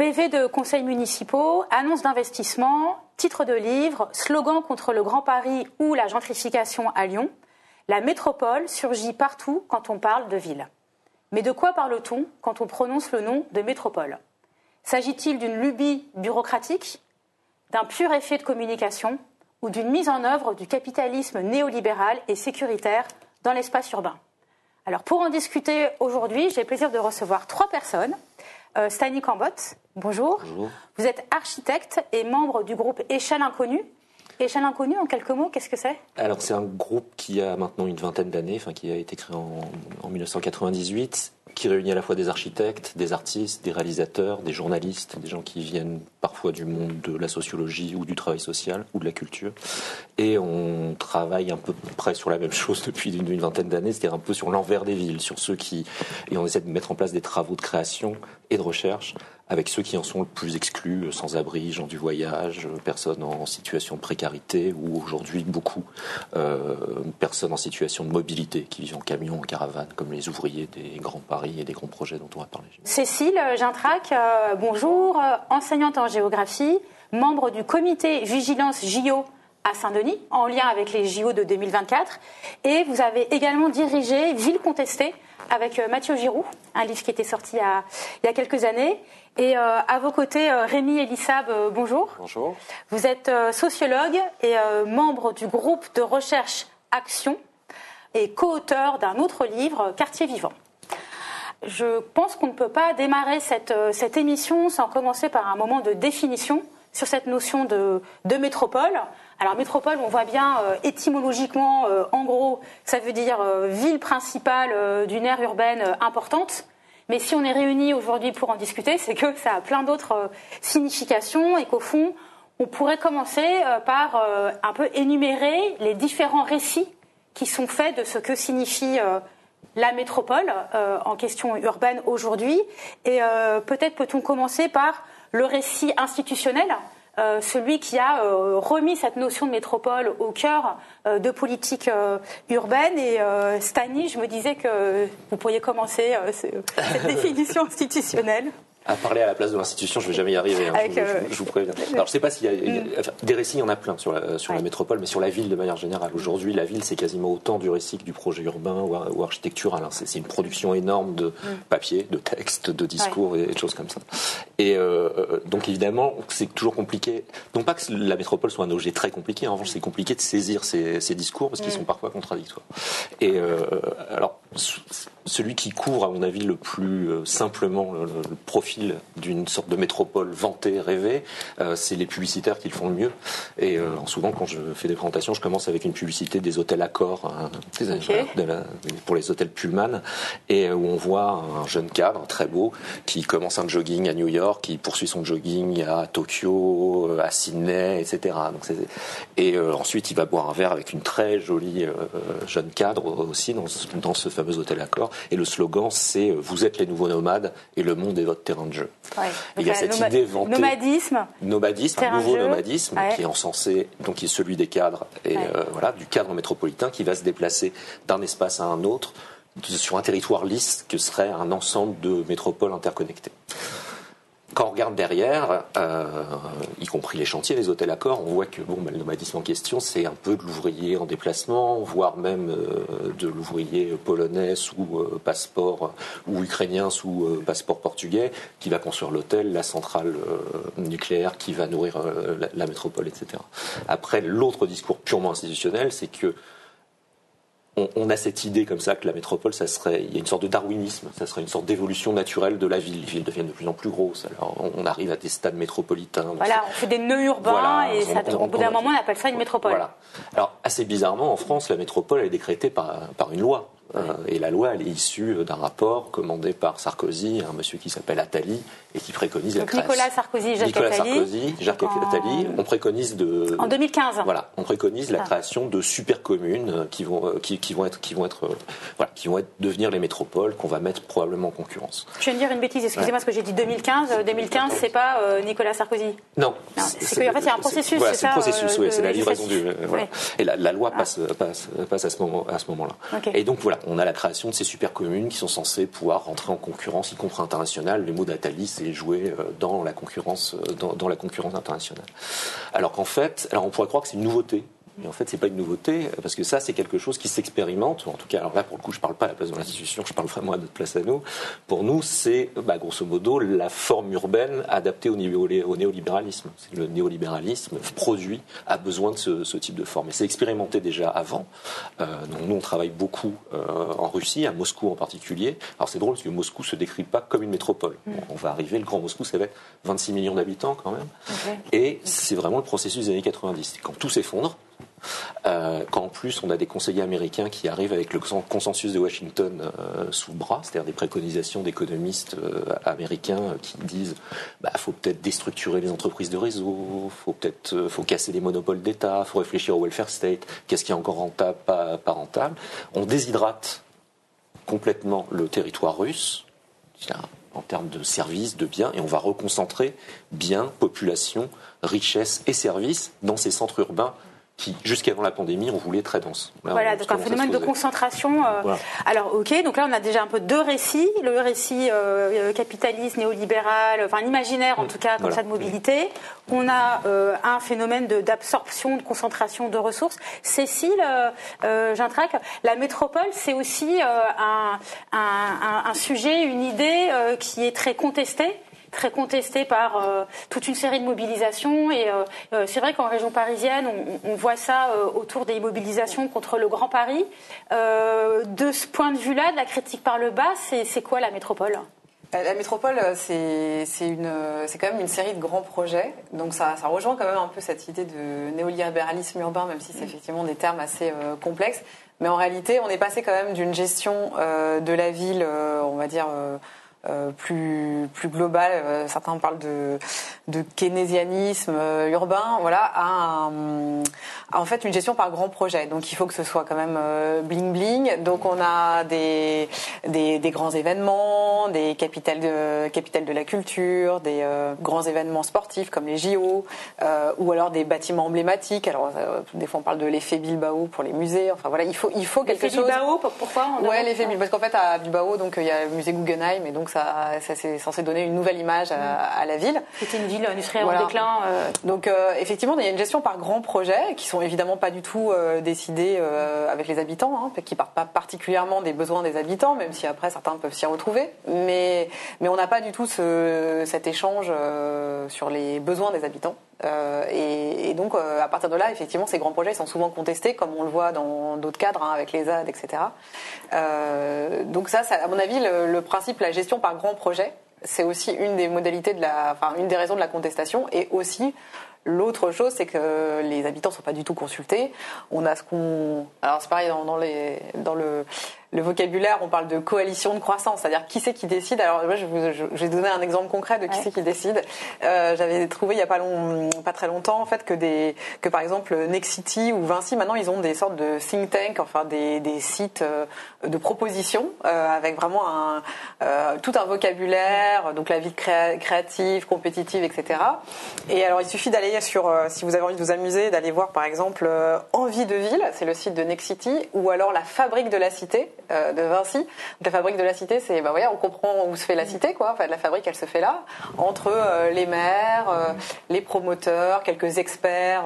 PV de conseils municipaux, annonces d'investissement, titres de livres, slogans contre le Grand Paris ou la gentrification à Lyon, la métropole surgit partout quand on parle de ville. Mais de quoi parle-t-on quand on prononce le nom de métropole ? S'agit-il d'une lubie bureaucratique, d'un pur effet de communication ou d'une mise en œuvre du capitalisme néolibéral et sécuritaire dans l'espace urbain ? Alors pour en discuter aujourd'hui, j'ai le plaisir de recevoir 3 personnes. Stani Cambot, bonjour. Bonjour. Vous êtes architecte et membre du groupe Échelle Inconnue. Échelle Inconnue, en quelques mots, qu'est-ce que c'est ? Alors c'est un groupe qui a maintenant une vingtaine d'années, qui a été créé en 1998, qui réunit à la fois des architectes, des artistes, des réalisateurs, des journalistes, des gens qui viennent parfois du monde de la sociologie ou du travail social ou de la culture. Et on travaille un peu près sur la même chose depuis une vingtaine d'années, c'est-à-dire un peu sur l'envers des villes, sur ceux qui... Et on essaie de mettre en place des travaux de création et de recherche avec ceux qui en sont le plus exclus, sans-abri, gens du voyage, personnes en situation de précarité ou aujourd'hui beaucoup personnes en situation de mobilité qui vivent en camion, en caravane, comme les ouvriers des grands paris et des grands projets dont on va parler. Cécile Gintrac, bonjour, enseignante en géographie, membre du comité Vigilance JO à Saint-Denis, en lien avec les JO de 2024. Et vous avez également dirigé Ville contestée avec Mathieu Giroux, un livre qui était sorti il y a quelques années. Et à vos côtés, Rémi Elissab, bonjour. Bonjour. Vous êtes sociologue et membre du groupe de recherche Action et co-auteur d'un autre livre, Quartier vivant. Je pense qu'on ne peut pas démarrer cette émission sans commencer par un moment de définition sur cette notion de métropole. Alors métropole, on voit bien étymologiquement, en gros, ça veut dire ville principale d'une aire urbaine importante. Mais si on est réunis aujourd'hui pour en discuter, c'est que ça a plein d'autres significations et qu'au fond, on pourrait commencer par un peu énumérer les différents récits qui sont faits de ce que signifie la métropole en question urbaine aujourd'hui. Et peut-être peut-on commencer par le récit institutionnel, celui qui a remis cette notion de métropole au cœur de politiques urbaines. Et Stani, je me disais que vous pourriez commencer cette définition institutionnelle. À parler à la place de l'institution, je ne vais jamais y arriver, hein, je vous préviens. Alors, je ne sais pas s'il y a... des récits, il y en a plein sur la métropole, mais sur la ville de manière générale. Aujourd'hui, la ville, c'est quasiment autant du récit que du projet urbain ou architectural. C'est une production énorme de papier, de textes, de discours et de choses comme ça. Et donc, évidemment, c'est toujours compliqué. Non pas que la métropole soit un objet très compliqué, en revanche, c'est compliqué de saisir ces discours parce qu'ils sont parfois contradictoires. Et alors, celui qui couvre, à mon avis, le plus simplement le profil d'une sorte de métropole vantée, rêvée, c'est les publicitaires qui le font le mieux. Et souvent, quand je fais des présentations, je commence avec une publicité des hôtels Accor, pour les hôtels Pullman, et où on voit un jeune cadre très beau qui commence un jogging à New York, qui poursuit son jogging à Tokyo, à Sydney, etc. Ensuite, il va boire un verre avec une très jolie jeune cadre aussi dans ce fameux hôtel Accor. Et le slogan, c'est « Vous êtes les nouveaux nomades et le monde est votre terrain de jeu ». Ouais. Il y a cette idée vantée. Nomadisme, un nouveau nomadisme qui est encensé, donc qui est celui des cadres et du cadre métropolitain qui va se déplacer d'un espace à un autre sur un territoire lisse que serait un ensemble de métropoles interconnectées. Quand on regarde derrière, y compris les chantiers, les hôtels Accor, on voit que le nomadisme en question, c'est un peu de l'ouvrier en déplacement, voire même de l'ouvrier polonais sous passeport ou ukrainien sous passeport portugais, qui va construire l'hôtel, la centrale nucléaire qui va nourrir la métropole, etc. Après, l'autre discours purement institutionnel, c'est que on a cette idée comme ça que la métropole, il y a une sorte de darwinisme, ça serait une sorte d'évolution naturelle de la ville. Les villes deviennent de plus en plus grosses. Alors on arrive à des stades métropolitains. Voilà, on fait des nœuds urbains et au bout d'un moment, on appelle ça une métropole. Voilà. Alors assez bizarrement, en France, la métropole est décrétée par une loi. Et la loi, elle est issue d'un rapport commandé par Sarkozy, un monsieur qui s'appelle Attali, et qui préconise la création. Nicolas Sarkozy, Jacques Attali, on préconise en 2015. Voilà, on préconise la création de super communes qui vont devenir les métropoles qu'on va mettre probablement en concurrence. Je viens de dire une bêtise, excusez-moi, parce que j'ai dit 2015. 2015, c'est pas Nicolas Sarkozy. Non. C'est qu'en fait, il y a un processus. Voilà, c'est le processus, c'est la livraison du. Voilà. Et la loi passe à ce moment-là. Okay. Et donc voilà. on a la création de ces super communes qui sont censées pouvoir rentrer en concurrence, y compris internationale. Le mot d'Atali, c'est jouer dans la concurrence, dans la concurrence internationale. Alors qu'en fait, on pourrait croire que c'est une nouveauté. Mais en fait, c'est pas une nouveauté, parce que ça, c'est quelque chose qui s'expérimente. En tout cas, alors là, pour le coup, je parle pas à la place de l'institution, je parle vraiment à notre place à nous. Pour nous, c'est, grosso modo, la forme urbaine adaptée au néolibéralisme. Le néolibéralisme produit, a besoin de ce type de forme. Et c'est expérimenté déjà avant. Donc nous, on travaille beaucoup en Russie, à Moscou en particulier. Alors c'est drôle, parce que Moscou se décrit pas comme une métropole. On va arriver, le Grand Moscou, ça va être 26 millions d'habitants quand même. Okay. Et c'est vraiment le processus des années 90. Quand tout s'effondre, quand en plus on a des conseillers américains qui arrivent avec le consensus de Washington sous le bras, c'est-à-dire des préconisations d'économistes américains qui disent faut peut-être déstructurer les entreprises de réseau, faut casser les monopoles d'État, faut réfléchir au welfare state, qu'est-ce qui est encore rentable, pas rentable. On déshydrate complètement le territoire russe en termes de services, de biens, et on va reconcentrer biens, population, richesse et services dans ces centres urbains qui, jusqu'avant la pandémie, on voulait très dense. Là, voilà, donc un phénomène de concentration. Voilà. Alors, ok, donc là, on a déjà un peu deux récits. Le récit capitaliste, néolibéral, enfin l'imaginaire, en tout cas, comme ça, de mobilité. On a un phénomène d'absorption, de concentration de ressources. Cécile Gintrac, la métropole, c'est aussi un sujet, une idée qui est très contestée par toute une série de mobilisations, et c'est vrai qu'en région parisienne on voit ça autour des mobilisations contre le Grand Paris. De ce point de vue-là, de la critique par le bas, c'est quoi la métropole ? La métropole, c'est quand même une série de grands projets, donc ça rejoint quand même un peu cette idée de néolibéralisme urbain, même si c'est effectivement des termes assez complexes. Mais en réalité, on est passé quand même d'une gestion de la ville, on va dire plus global, certains parlent de keynésianisme urbain, voilà, à en fait une gestion par grand projet. Donc il faut que ce soit quand même bling bling. Donc on a des grands événements, des capitales de la culture, des grands événements sportifs comme les JO, ou alors des bâtiments emblématiques. Alors des fois on parle de l'effet Bilbao pour les musées. Enfin voilà, il faut quelque chose. L'effet Bilbao, pourquoi ? Ouais, l'effet Bilbao, parce qu'en fait à Bilbao, donc il y a le musée Guggenheim, et donc ça c'est censé donner une nouvelle image à la ville. C'était une ville industrielle en déclin. Donc effectivement, il y a une gestion par grands projets qui sont évidemment pas du tout décidés avec les habitants, qui partent pas particulièrement des besoins des habitants, même si après certains peuvent s'y retrouver. Mais on n'a pas du tout cet échange sur les besoins des habitants. Et donc à partir de là, effectivement, ces grands projets sont souvent contestés, comme on le voit dans d'autres cadres, avec les ZAD, etc. Donc ça, à mon avis, le principe, la gestion par grands projets, c'est aussi une des modalités une des raisons de la contestation, et aussi l'autre chose, c'est que les habitants sont pas du tout consultés. On a alors c'est pareil dans le vocabulaire, on parle de coalition de croissance, c'est-à-dire qui c'est qui décide. Alors moi, je vais donner un exemple concret de qui c'est qui décide. J'avais trouvé il y a pas très longtemps en fait que par exemple Nexity ou Vinci, maintenant ils ont des sortes de think tank, enfin des sites de propositions avec vraiment tout un vocabulaire, donc la vie créative, compétitive, etc. Et alors il suffit d'aller si vous avez envie de vous amuser, d'aller voir par exemple Envie de ville, c'est le site de Nexity, ou alors la Fabrique de la Cité de Vinci. Donc, la Fabrique de la Cité, c'est on comprend où se fait la cité, quoi. Enfin, la fabrique, elle se fait là, entre les maires, les promoteurs, quelques experts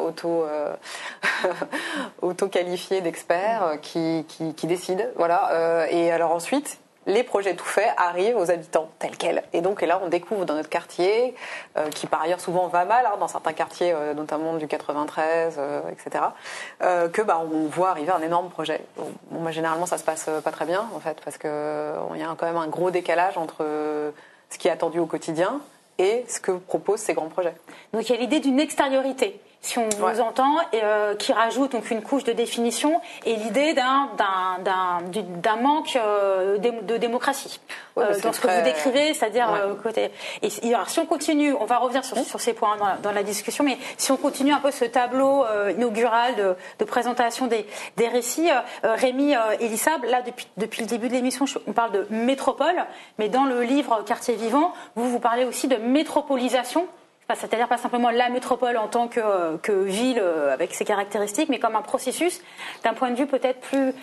auto-qualifiés d'experts qui décident, voilà. Et alors ensuite, les projets tout faits arrivent aux habitants tels quels. Et là, on découvre dans notre quartier, qui par ailleurs souvent va mal, dans certains quartiers, notamment du 93, etc., on voit arriver un énorme projet. Moi, généralement, ça se passe pas très bien, en fait, parce que il y a quand même un gros décalage entre ce qui est attendu au quotidien et ce que proposent ces grands projets. Donc, il y a l'idée d'une extériorité, si on vous entend, qui rajoute donc une couche de définition, et l'idée d'un manque de démocratie dans ce que vous décrivez, c'est-à-dire côté. Et alors, si on continue, on va revenir sur ces points dans la discussion, mais si on continue un peu ce tableau inaugural de présentation des récits, Rémi Elissab, là depuis le début de l'émission, on parle de métropole, mais dans le livre Quartier vivant, vous parlez aussi de métropolisation. C'est-à-dire pas simplement la métropole en tant que ville avec ses caractéristiques, mais comme un processus d'un point de vue peut-être plus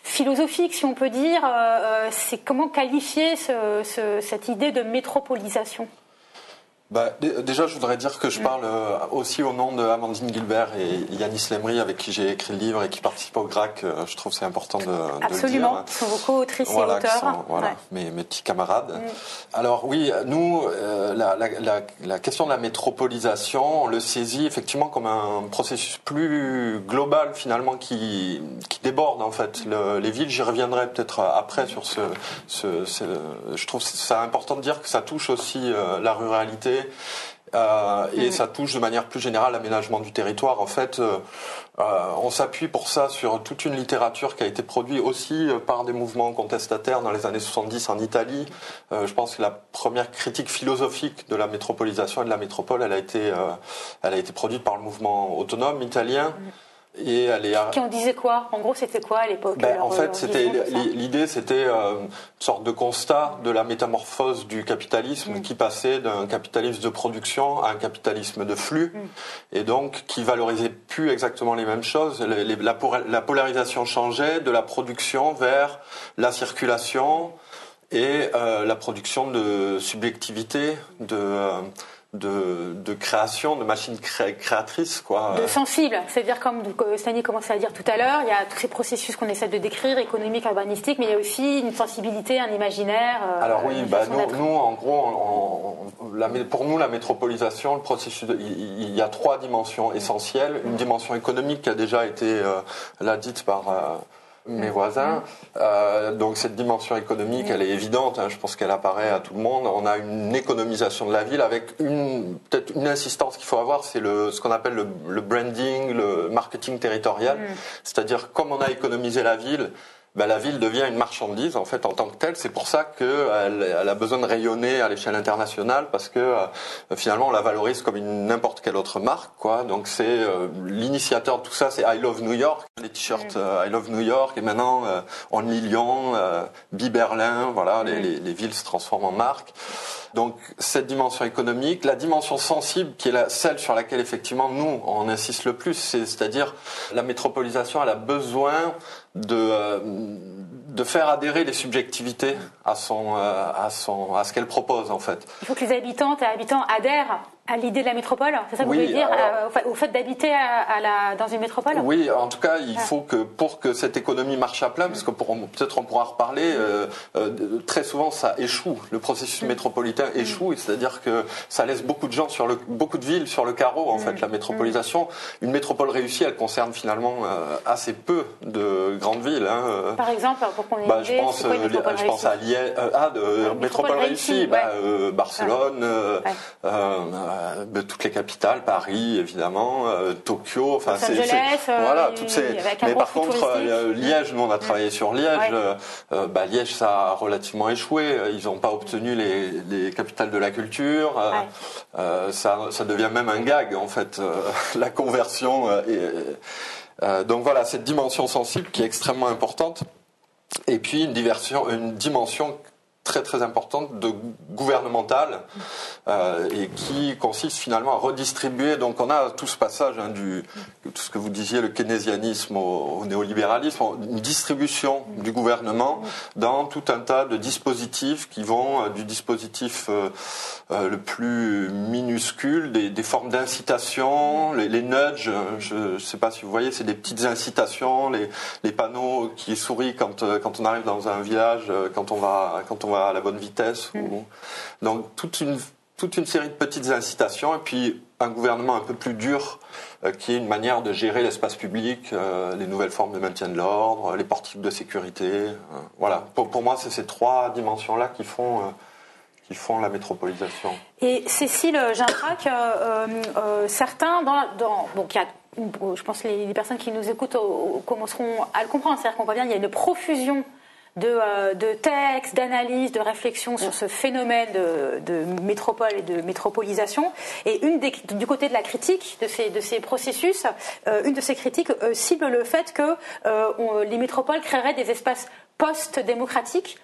philosophique, si on peut dire. C'est comment qualifier cette idée de métropolisation ? Déjà, je voudrais dire que je parle aussi au nom de Amandine Gilbert et Yanis Lemri, avec qui j'ai écrit le livre et qui participe au GRAC. Je trouve que c'est important de le dire. Absolument, qui sont vos co-autrices et auteurs. Mes petits camarades. Alors oui, nous, la question de la métropolisation, on le saisit effectivement comme un processus plus global finalement qui déborde en fait les villes. J'y reviendrai peut-être après sur je trouve ça important de dire que ça touche aussi la ruralité. Et ça touche de manière plus générale l'aménagement du territoire. En fait, on s'appuie pour ça sur toute une littérature qui a été produite aussi par des mouvements contestataires dans les années 70 en Italie. Je pense que la première critique philosophique de la métropolisation et de la métropole, elle a été produite par le mouvement autonome italien. Et qui en disait quoi ? En gros, c'était quoi à l'époque ? En fait, l'idée, c'était une sorte de constat de la métamorphose du capitalisme qui passait d'un capitalisme de production à un capitalisme de flux, et donc qui valorisait plus exactement les mêmes choses. La polarisation changeait de la production vers la circulation et la production de subjectivité, de création, de machines créatrices, quoi. De sensibles, c'est-à-dire comme Stanley commençait à dire tout à l'heure, il y a tous ces processus qu'on essaie de décrire, économiques, urbanistiques, mais il y a aussi une sensibilité, un imaginaire. Alors oui, nous, en gros, pour nous, la métropolisation, le processus, il y a 3 dimensions essentielles. Une dimension économique qui a déjà été là dite par mes voisins. Donc cette dimension économique, elle est évidente, je pense qu'elle apparaît à tout le monde. On a une économisation de la ville avec peut-être une insistance qu'il faut avoir, c'est ce qu'on appelle le branding, le marketing territorial. C'est-à-dire, comme on a économisé la ville, la ville devient une marchandise en fait en tant que telle. C'est pour ça qu'elle a besoin de rayonner à l'échelle internationale, parce que finalement on la valorise comme n'importe quelle autre marque, quoi. Donc c'est l'initiateur de tout ça, c'est I Love New York, les t-shirts I Love New York, et maintenant Only Lyon, Be Berlin, voilà, les villes se transforment en marques. Donc cette dimension économique, la dimension sensible qui est celle sur laquelle effectivement nous on insiste le plus, c'est-à-dire la métropolisation, elle a besoin de faire adhérer les subjectivités à ce qu'elle propose en fait. Il faut que les habitantes et habitants adhèrent à l'idée de la métropole, c'est ça que vous voulez dire, au fait d'habiter dans une métropole ? Oui, en tout cas, il faut que pour que cette économie marche à plein, parce que peut-être on pourra reparler, très souvent ça échoue, le processus métropolitain échoue, c'est-à-dire que ça laisse beaucoup de gens beaucoup de villes sur le carreau en fait, la métropolisation. Une métropole réussie, elle concerne finalement assez peu de grandes villes. Par exemple, pour qu'on ait une idée, je pense à Liège, métropole réussie, Barcelone, toutes les capitales, Paris évidemment, Tokyo, enfin Los Angeles, voilà, toutes ces. Mais par contre, Liège, nous on a travaillé sur Liège. Liège, ça a relativement échoué. Ils n'ont pas obtenu les capitales de la culture. Ça devient même un gag en fait, la conversion. Donc voilà, cette dimension sensible qui est extrêmement importante. Et puis une dimension très très importante de gouvernementale et qui consiste finalement à redistribuer. Donc on a tout ce passage tout ce que vous disiez, le keynésianisme au néolibéralisme, une distribution du gouvernement dans tout un tas de dispositifs qui vont du dispositif le plus minuscule, des formes d'incitation, les nudges, je ne sais pas si vous voyez, c'est des petites incitations, les panneaux qui sourient quand on arrive dans un village, quand on va à la bonne vitesse. Donc toute une série de petites incitations, et puis un gouvernement un peu plus dur qui est une manière de gérer l'espace public, les nouvelles formes de maintien de l'ordre, les portiques de sécurité. Voilà. Pour moi, c'est ces 3 dimensions-là qui font la métropolisation. Et Cécile Gintrac, certains donc il y a, je pense que les personnes qui nous écoutent commenceront à le comprendre, c'est-à-dire qu'on voit bien il y a une profusion de textes, d'analyses, de réflexions sur ce phénomène de métropole et de métropolisation. Et du côté de la critique de ces processus, une de ces critiques cible le fait que les métropoles créeraient des espaces post-démocratiques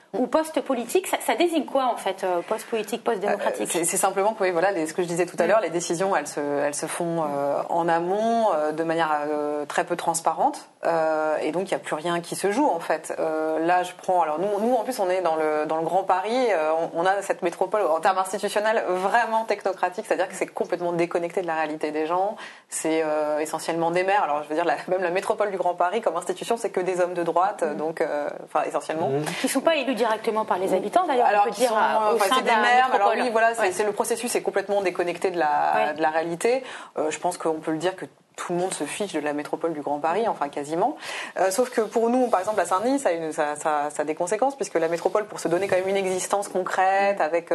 ou post-politique, ça désigne quoi en fait, post-politique, post-démocratique? C'est simplement que, oui, voilà, ce que je disais tout à l'heure, les décisions, elles se font en amont, de manière très peu transparente, et donc il n'y a plus rien qui se joue en fait. Là, je prends, alors nous en plus, on est dans le Grand Paris, on a cette métropole en termes institutionnels vraiment technocratique, c'est-à-dire que c'est complètement déconnecté de la réalité des gens. C'est essentiellement des maires. Alors je veux dire, même la métropole du Grand Paris comme institution, c'est que des hommes de droite, donc essentiellement. Qui ne sont pas élus directement par les habitants d'ailleurs. Alors, on peut dire au sein c'est des maires. Alors oui, voilà, ouais. c'est le processus est complètement déconnecté de la réalité. Je pense qu'on peut le dire que tout le monde se fiche de la métropole du Grand Paris, enfin quasiment. Sauf que pour nous, par exemple, à Saint-Denis, ça a des conséquences, puisque la métropole, pour se donner quand même une existence concrète, avec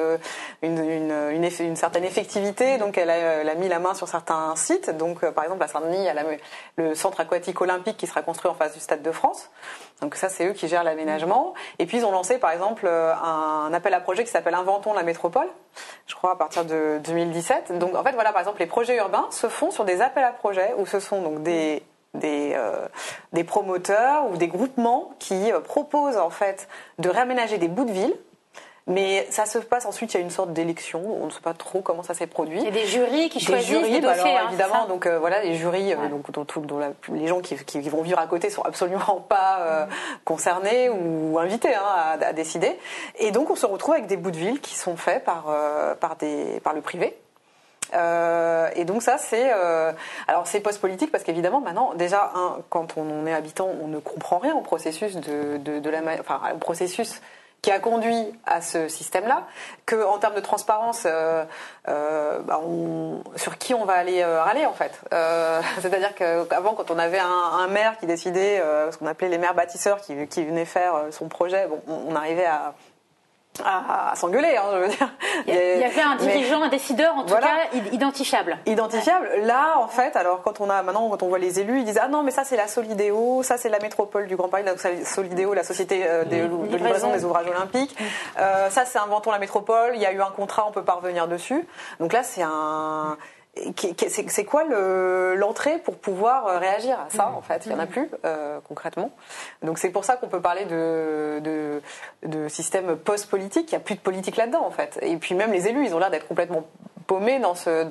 une certaine effectivité, donc elle a mis la main sur certains sites. Donc, par exemple, à Saint-Denis, il y a le centre aquatique olympique qui sera construit en face du Stade de France. Donc ça, c'est eux qui gèrent l'aménagement. Et puis, ils ont lancé, par exemple, un appel à projet qui s'appelle Inventons la métropole, je crois, à partir de 2017. Donc, en fait, voilà, par exemple, les projets urbains se font sur des appels à projets où ce sont donc des promoteurs ou des groupements qui proposent, en fait, de réaménager des bouts de ville. Mais ça se passe ensuite, il y a une sorte d'élection, on ne sait pas trop comment ça s'est produit. Il y a des jurys qui choisissent des dossiers. Alors, évidemment, donc voilà, les jurys, dont les gens qui vont vivre à côté sont absolument pas concernés ou invités à décider. Et donc on se retrouve avec des bouts de ville qui sont faits par le privé. Et donc ça alors c'est post-politique parce qu'évidemment maintenant déjà quand on est habitant, on ne comprend rien au processus au processus qui a conduit à ce système-là, que en termes de transparence, sur qui on va aller râler en fait. C'est-à-dire qu'avant, quand on avait un maire qui décidait, ce qu'on appelait les maires bâtisseurs, qui venait faire son projet, on arrivait à s'engueuler, je veux dire. Il y avait un dirigeant, un décideur, en tout cas, identifiable. Identifiable. Ouais. Là, en fait, alors quand on voit les élus, ils disent non, mais ça c'est la Solidéo, ça c'est la métropole du Grand Paris, la Solidéo, la société de livraison des ouvrages olympiques. Ça c'est Inventons la métropole. Il y a eu un contrat, on peut pas revenir dessus. Donc là, c'est quoi l'entrée pour pouvoir réagir à ça en fait? Il n'y en a plus concrètement. Donc c'est pour ça qu'on peut parler de système post-politique. Il n'y a plus de politique là-dedans en fait. Et puis même les élus, ils ont l'air d'être complètement paumés dans ce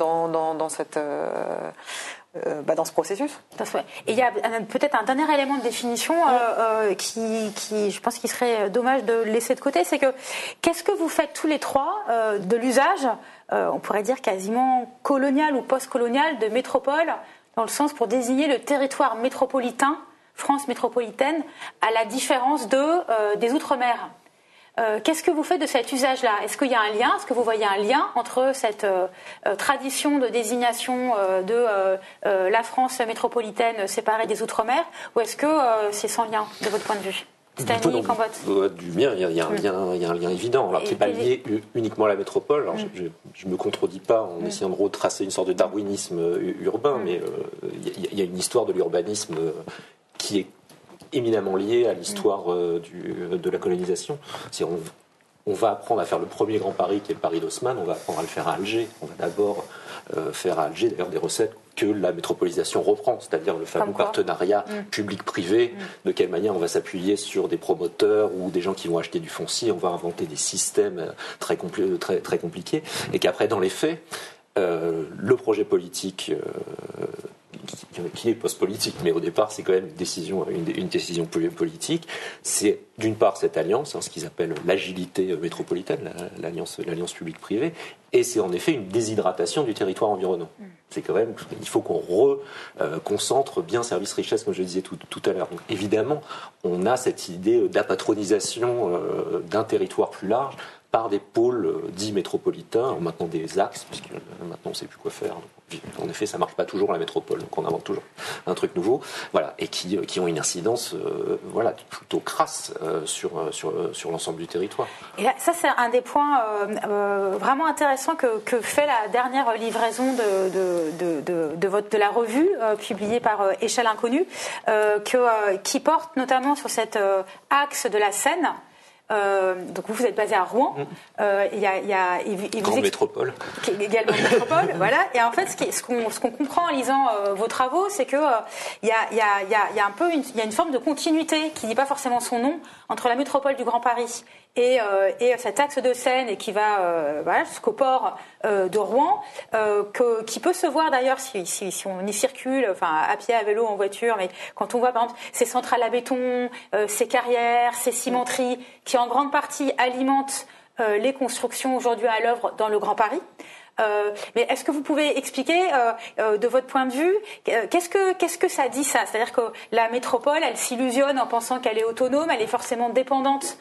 processus. Et il y a peut-être un dernier élément de définition qui, je pense qu'il serait dommage de laisser de côté, c'est que qu'est-ce que vous faites tous les trois de l'usage, on pourrait dire quasiment colonial ou post-colonial, de métropole, dans le sens pour désigner le territoire métropolitain, France métropolitaine, à la différence des Outre-mer. Qu'est-ce que vous faites de cet usage-là? Est-ce qu'il y a un lien? Est-ce que vous voyez un lien entre cette tradition de désignation de la France métropolitaine séparée des Outre-mer, ou est-ce que c'est sans lien de votre point de vue? Stanley Cambot. Du mien, il y a un lien évident, alors qui n'est pas lié uniquement à la métropole. Alors, je me contredis pas en essayant de retracer une sorte de darwinisme urbain, mais il y a une histoire de l'urbanisme qui est éminemment lié à l'histoire de la colonisation. On va apprendre à faire le premier Grand Paris qui est le Paris d'Haussmann, on va apprendre à le faire à Alger. On va d'abord faire à Alger d'ailleurs des recettes que la métropolisation reprend, c'est-à-dire le fameux partenariat public-privé, de quelle manière on va s'appuyer sur des promoteurs ou des gens qui vont acheter du foncier, on va inventer des systèmes très compliqués, et qu'après dans les faits, le projet politique qui est post-politique, mais au départ c'est quand même une décision politique. C'est d'une part cette alliance, ce qu'ils appellent l'agilité métropolitaine, l'alliance publique-privée, et c'est en effet une déshydratation du territoire environnant. C'est quand même, il faut qu'on reconcentre bien service-richesse, comme je le disais tout à l'heure. Donc évidemment, on a cette idée d'apatronisation d'un territoire plus large par des pôles dits métropolitains, maintenant des axes, puisque maintenant on ne sait plus quoi faire. En effet, ça ne marche pas toujours la métropole, donc on invente toujours un truc nouveau, voilà, et qui ont une incidence plutôt crasse sur l'ensemble du territoire. Et là, ça, c'est un des points vraiment intéressants que fait la dernière livraison de la revue publiée par Échelle Inconnue, qui porte notamment sur cet axe de la Seine. Donc vous êtes basé à Rouen. Il y a grande métropole. Également métropole, voilà. Et en fait, ce qu'on comprend en lisant vos travaux, c'est que il y a une forme de continuité qui dit pas forcément son nom entre la métropole du Grand Paris et cet axe de Seine et qui va jusqu'au port de Rouen, qui peut se voir d'ailleurs si on y circule, enfin à pied, à vélo, en voiture, mais quand on voit par exemple ces centrales à béton, ces carrières, ces cimenteries qui en grande partie alimentent les constructions aujourd'hui à l'œuvre dans le Grand Paris. Mais est-ce que vous pouvez expliquer, de votre point de vue, qu'est-ce que ça dit ça ? C'est-à-dire que la métropole, elle s'illusionne en pensant qu'elle est autonome, elle est forcément dépendante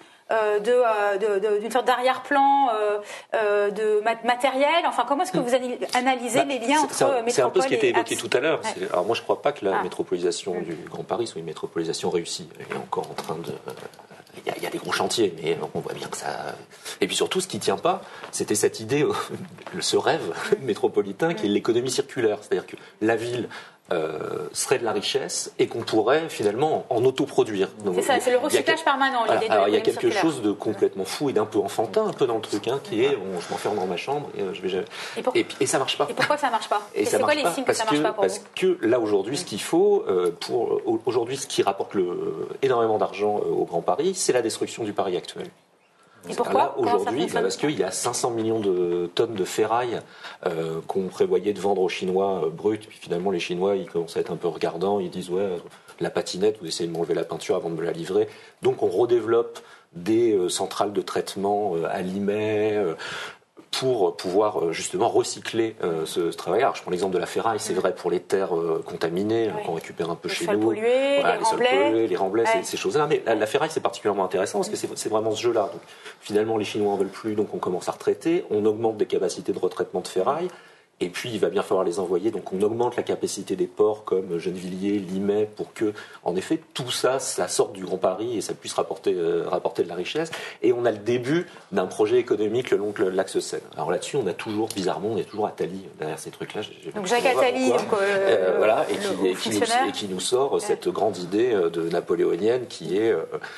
d'une sorte d'arrière-plan de matériel. Enfin, comment est-ce que vous analysez les liens entre métropole et axe ? C'est un peu ce qui était évoqué tout à l'heure. Ouais. Alors moi, je ne crois pas que la métropolisation du Grand Paris soit une métropolisation réussie. Elle est encore en train de... Il y a des gros chantiers, mais on voit bien que ça... Et puis surtout, ce qui ne tient pas, c'était cette idée, ce rêve métropolitain qui est l'économie circulaire. C'est-à-dire que la ville serait de la richesse et qu'on pourrait finalement en autoproduire. Donc, c'est ça, c'est le recyclage permanent, l'idée de alors il y a quelque chose de complètement fou et d'un peu enfantin, un peu dans le truc, qui est je m'enferme dans ma chambre et je vais... Et ça marche pas. Et pourquoi ça marche pas ? Et c'est quoi les signes que ça marche pas pour vous ? Parce que là aujourd'hui, ce qu'il faut, aujourd'hui ce qui rapporte énormément d'argent au Grand Paris, c'est la destruction du Paris actuel. Et pourquoi ? Là, aujourd'hui, parce qu'il y a 500 millions de tonnes de ferraille qu'on prévoyait de vendre aux Chinois brut. Puis finalement, les Chinois, ils commencent à être un peu regardants. Ils disent, ouais, la patinette, vous essayez de m'enlever la peinture avant de me la livrer. Donc, on redéveloppe des centrales de traitement à Limay, pour pouvoir justement recycler ce travail. Alors, je prends l'exemple de la ferraille, c'est vrai pour les terres contaminées, qu'on récupère un peu chez nous. Pollués, les sols pollués, les remblais, ces choses-là. Mais la ferraille, c'est particulièrement intéressant parce que c'est vraiment ce jeu-là. Donc, finalement, les Chinois en veulent plus, donc on commence à retraiter. On augmente des capacités de retraitement de ferraille. Et puis, il va bien falloir les envoyer. Donc, on augmente la capacité des ports comme Gennevilliers, Limay, pour que, en effet, tout ça, ça sorte du Grand Paris et ça puisse rapporter de la richesse. Et on a le début d'un projet économique le long de l'axe Seine. Alors là-dessus, on a toujours, bizarrement, Attali derrière ces trucs-là. Donc, Jacques Attali, voilà, et qui nous sort cette grande idée de napoléonienne qui est,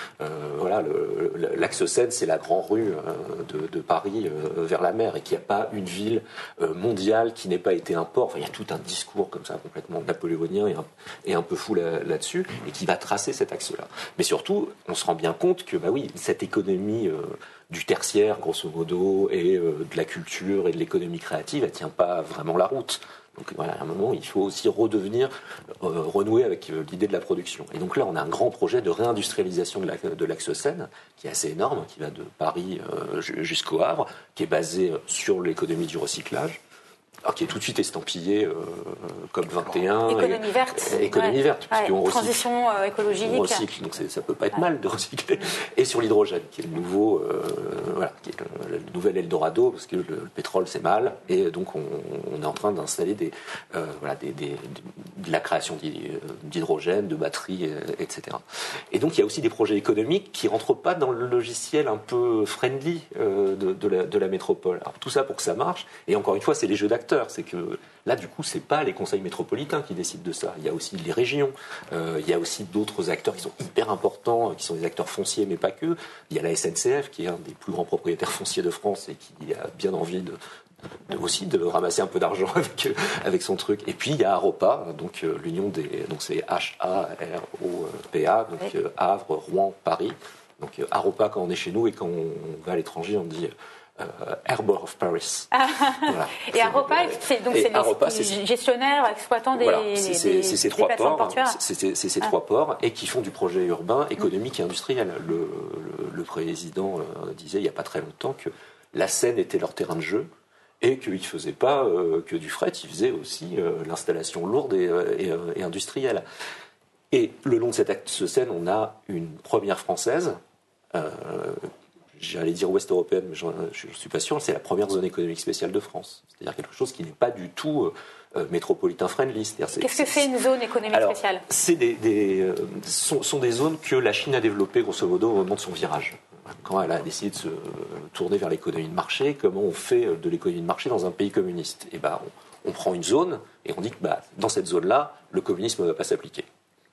l'axe Seine, c'est la grande rue de Paris vers la mer et qu'il n'y a pas une ville mondiale qui n'ait pas été un port. Enfin, il y a tout un discours comme ça complètement napoléonien et un peu fou là-dessus et qui va tracer cet axe-là. Mais surtout, on se rend bien compte que cette économie du tertiaire, grosso modo, et de la culture et de l'économie créative, elle tient pas vraiment la route. Donc voilà, à un moment, il faut aussi renouer avec l'idée de la production. Et donc là, on a un grand projet de réindustrialisation de l'axe Seine, qui est assez énorme, qui va de Paris jusqu'au Havre, qui est basé sur l'économie du recyclage. Alors, qui est tout de suite estampillé comme 21. Économie verte. Économie verte, puisqu'on recycle. Transition écologique. On recycle, donc ça peut pas être mal de recycler. Et sur l'hydrogène, qui est le nouveau, qui est le nouvel Eldorado, parce que le pétrole c'est mal, et donc on est en train d'installer de la création d'hydrogène, de batteries, etc. Et donc il y a aussi des projets économiques qui rentrent pas dans le logiciel un peu friendly de la métropole. Alors tout ça pour que ça marche, et encore une fois, c'est les jeux d'acteurs. C'est que là, du coup, c'est pas les conseils métropolitains qui décident de ça. Il y a aussi les régions. Il y a aussi d'autres acteurs qui sont hyper importants, qui sont des acteurs fonciers, mais pas que. Il y a la SNCF, qui est un des plus grands propriétaires fonciers de France et qui a bien envie aussi de ramasser un peu d'argent avec son truc. Et puis il y a Haropa, donc l'union donc c'est H-A-R-O-P-A, donc Havre, Rouen, Paris. Donc Haropa quand on est chez nous et quand on va à l'étranger, on dit Harbour of Paris. Voilà. Et Haropa, c'est les gestionnaires, exploitants c'est ces trois ports. C'est ces trois ports et qui font du projet urbain, économique et industriel. Le président disait il n'y a pas très longtemps que la Seine était leur terrain de jeu et qu'ils ne faisaient pas que du fret, ils faisaient aussi l'installation lourde et industrielle. Et le long de cet axe Seine, on a une première française. J'allais dire ouest européenne, mais je ne suis pas sûr, c'est la première zone économique spéciale de France. C'est-à-dire quelque chose qui n'est pas du tout métropolitain friendly. Qu'est-ce que c'est une zone économique spéciale ? C'est sont des zones que la Chine a développées, grosso modo, au moment de son virage. Quand elle a décidé de se tourner vers l'économie de marché, comment on fait de l'économie de marché dans un pays communiste ? Et on prend une zone et on dit que dans cette zone-là, le communisme ne va pas s'appliquer.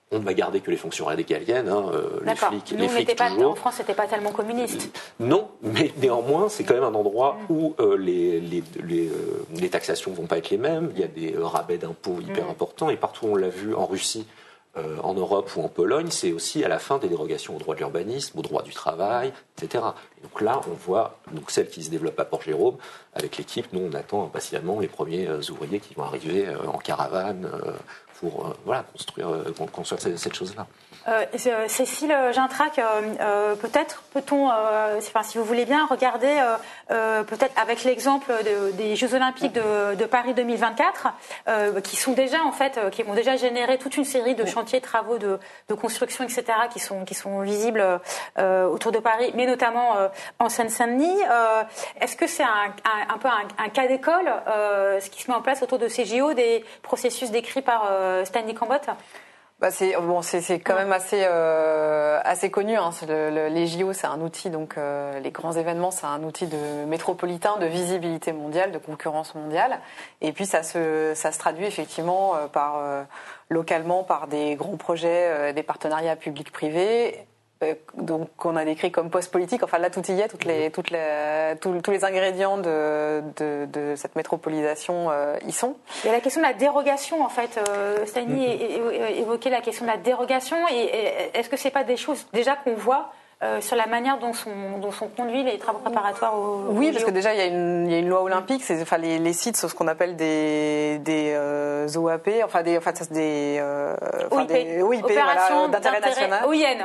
On ne va garder que les fonctions régaliennes, les flics, en France, c'était pas tellement communiste. Non, mais néanmoins, c'est quand même un endroit où les taxations vont pas être les mêmes. Il y a des rabais d'impôts hyper importants, et partout on l'a vu en Russie, en Europe ou en Pologne, c'est aussi à la fin des dérogations au droit de l'urbanisme, au droit du travail, etc. Et donc là, on voit celle qui se développe à Port-Jérôme. Avec l'équipe, nous, on attend impatiemment les premiers ouvriers qui vont arriver en caravane pour construire cette chose-là. Cécile Gintrac, peut-être peut-on, si vous voulez bien, regarder peut-être avec l'exemple des Jeux Olympiques de Paris 2024, qui vont déjà générer toute une série de chantiers, de travaux de construction, etc., qui sont visibles autour de Paris, mais notamment en Seine-Saint-Denis. Est-ce que c'est un peu un cas d'école, ce qui se met en place autour de ces JO, des processus décrits par Stanley Cambotte? C'est quand même assez connu. Les JO, c'est un outil, donc les grands événements, c'est un outil de métropolitain, de visibilité mondiale, de concurrence mondiale. Et puis ça se traduit effectivement localement par des grands projets, des partenariats publics-privés. Donc qu'on a décrit comme post-politique, enfin là tout y est, tous les ingrédients de cette métropolisation y sont. Il y a la question de la dérogation en fait, Stani évoquait la question de la dérogation, et est-ce que c'est pas des choses déjà qu'on voit sur la manière dont sont conduits les travaux préparatoires Oui, parce que déjà il y a une loi olympique, les sites sont ce qu'on appelle des OAP, OIP, opérations d'intérêt national. OIN.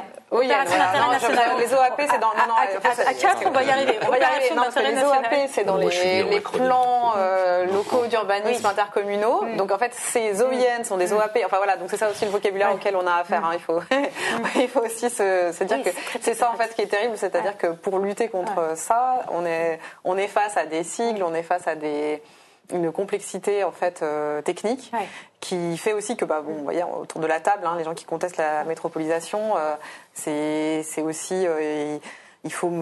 Les OAP, c'est dans à 4, on va y arriver. Les OAP, c'est dans les plans locaux d'urbanisme intercommunaux. Donc en fait, ces OIN sont des OAP. Enfin voilà, donc c'est ça aussi le vocabulaire auquel on a affaire. Il faut aussi se dire que c'est ça en fait qui est terrible, c'est-à-dire que pour lutter contre ça, on est face à des sigles, on est face à une complexité en fait technique qui fait aussi que vous voyez autour de la table, les gens qui contestent la métropolisation, c'est aussi il faut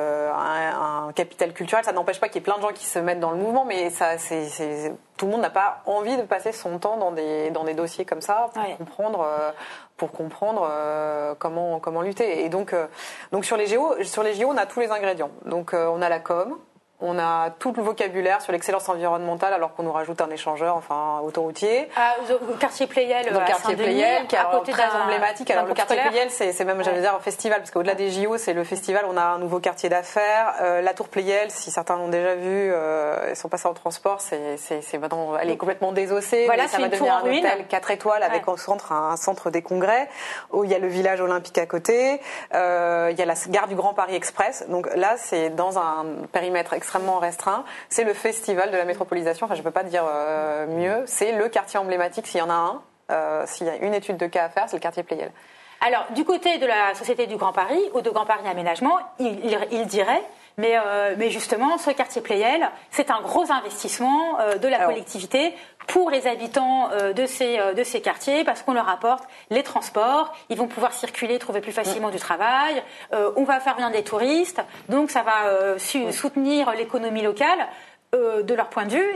un capital culturel. Ça n'empêche pas qu'il y ait plein de gens qui se mettent dans le mouvement, mais tout le monde n'a pas envie de passer son temps dans des dossiers comme ça pour comprendre comment lutter. Et donc sur les JO, on a tous les ingrédients. Donc on a la com. On a tout le vocabulaire sur l'excellence environnementale, alors qu'on nous rajoute un échangeur, autoroutier. Au quartier Pleyel, dans le quartier Pleyel, qui est très emblématique. Alors le quartier scolaire. Pleyel, c'est même, j'allais dire, un festival, parce qu'au-delà des JO, c'est le festival. On a un nouveau quartier d'affaires. La tour Pleyel, si certains l'ont déjà vu, ils sont passés en transport. Maintenant, elle est complètement désossée. Voilà, ça va devenir un hôtel 4 étoiles avec au centre un centre des congrès. Où il y a le village olympique à côté. Il y a la gare du Grand Paris Express. Donc là, c'est dans un périmètre extrêmement restreint. C'est le festival de la métropolisation. Enfin, je peux pas dire mieux. C'est le quartier emblématique, s'il y en a un. S'il y a une étude de cas à faire, c'est le quartier Pleyel. Alors, du côté de la Société du Grand Paris ou de Grand Paris Aménagement, il dirait, mais justement, ce quartier Pleyel, c'est un gros investissement de la collectivité pour les habitants de ces quartiers, parce qu'on leur apporte les transports, ils vont pouvoir circuler, trouver plus facilement du travail, on va faire venir des touristes, donc ça va soutenir l'économie locale. De leur point de vue,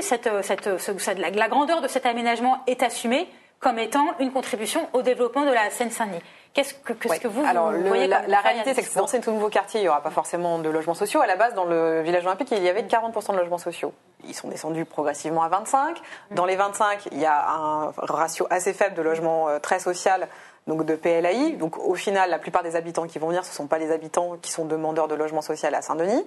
la grandeur de cet aménagement est assumée comme étant une contribution au développement de la Seine-Saint-Denis. Qu'est-ce que vous voyez la réalité, c'est que dans ces tout nouveaux quartiers, il n'y aura pas forcément de logements sociaux. À la base, dans le village olympique, il y avait 40% de logements sociaux. Ils sont descendus progressivement à 25. Dans les 25, il y a un ratio assez faible de logements très social, donc de PLAI. Donc au final, la plupart des habitants qui vont venir, ce ne sont pas les habitants qui sont demandeurs de logement social à Saint-Denis.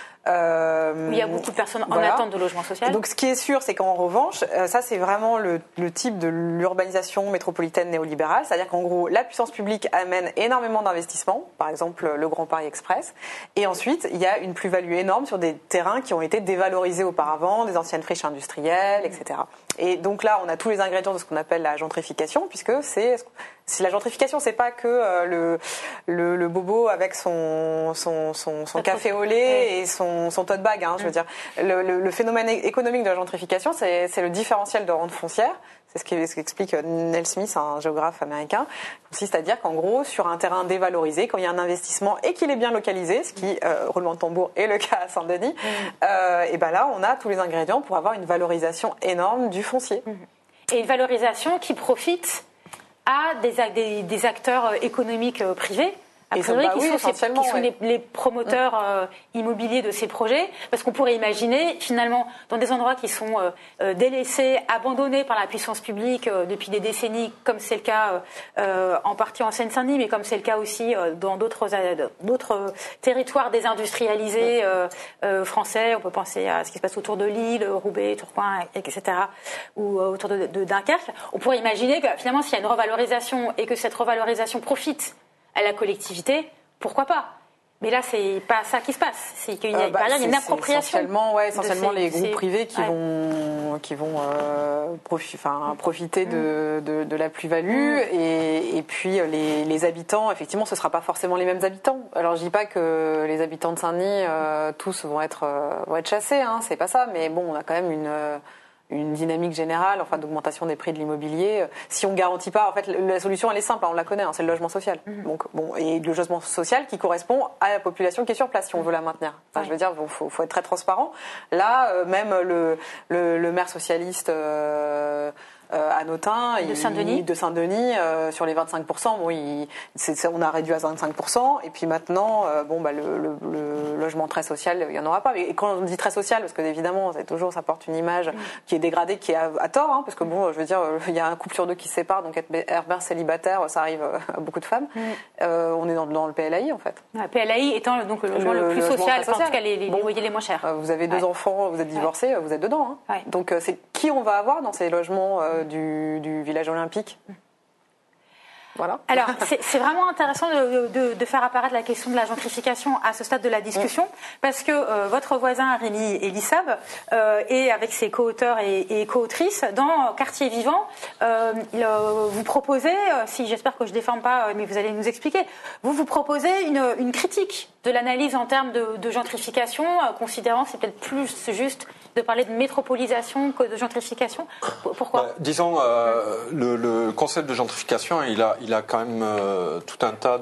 Il y a beaucoup de personnes en attente de logement social. Donc ce qui est sûr, c'est qu'en revanche, ça c'est vraiment le type de l'urbanisation métropolitaine néolibérale, c'est-à-dire qu'en gros, la puissance publique amène énormément d'investissements, par exemple le Grand Paris Express, et ensuite il y a une plus-value énorme sur des terrains qui ont été dévalorisés auparavant, des anciennes friches industrielles, etc. Et donc là, on a tous les ingrédients de ce qu'on appelle la gentrification, puisque si la gentrification, c'est pas que le bobo avec son café au lait et son tote bag. Je veux dire, le phénomène économique de la gentrification, c'est le différentiel de rente foncière. C'est ce qu'explique Neil Smith, un géographe américain. Consiste à dire qu'en gros, sur un terrain dévalorisé, quand il y a un investissement et qu'il est bien localisé, ce qui, roulement de tambour, est le cas à Saint-Denis, et ben là, on a tous les ingrédients pour avoir une valorisation énorme du foncier. Et une valorisation qui profite à des acteurs économiques privés. Qui sont les promoteurs immobiliers de ces projets, parce qu'on pourrait imaginer finalement dans des endroits qui sont délaissés, abandonnés par la puissance publique depuis des décennies, comme c'est le cas en partie en Seine-Saint-Denis, mais comme c'est le cas aussi dans d'autres territoires désindustrialisés français. On peut penser à ce qui se passe autour de Lille, Roubaix, Tourcoing, etc., ou autour de Dunkerque. On pourrait imaginer que finalement s'il y a une revalorisation et que cette revalorisation profite à la collectivité, pourquoi pas? Mais là, c'est pas ça qui se passe. C'est qu'il y a une appropriation. Essentiellement les groupes privés qui vont profiter de la plus-value et puis les habitants. Effectivement, ce sera pas forcément les mêmes habitants. Alors, je dis pas que les habitants de Saint-Denis tous vont être chassés. Hein, c'est pas ça. Mais bon, on a quand même une dynamique générale, d'augmentation des prix de l'immobilier. Si on garantit pas, en fait, la solution elle est simple, on la connaît, c'est le logement social. Donc et le logement social qui correspond à la population qui est sur place, si on veut la maintenir. Je veux dire, faut être très transparent. Là, même le maire socialiste à Notin, de Saint-Denis, sur les 25%, on a réduit à 25%, et puis maintenant, le logement très social, il y en aura pas. Et quand on dit très social, parce que évidemment, ça porte une image qui est dégradée, qui est à tort, hein, parce que je veux dire, il y a un couple sur deux qui se sépare, donc être mère célibataire, ça arrive à beaucoup de femmes. On est dans le PLAI, en fait. Le PLAI étant donc le logement le plus social, en tout cas les loyers les moins chers. Vous avez 2 enfants, vous êtes divorcé, vous êtes dedans. Hein. Ouais. Donc c'est qui on va avoir dans ces logements du village olympique. Voilà. Alors, c'est vraiment intéressant de faire apparaître la question de la gentrification à ce stade de la discussion, parce que votre voisin Rémi Elissab est avec ses co-auteurs et co-autrices dans Quartier Vivant. Vous proposez, j'espère que je ne déforme pas, mais vous allez nous expliquer, vous proposez une critique de l'analyse en termes de gentrification, considérant que c'est peut-être plus juste de parler de métropolisation que de gentrification. Pourquoi ? Disons, le concept de gentrification, il a quand même tout un tas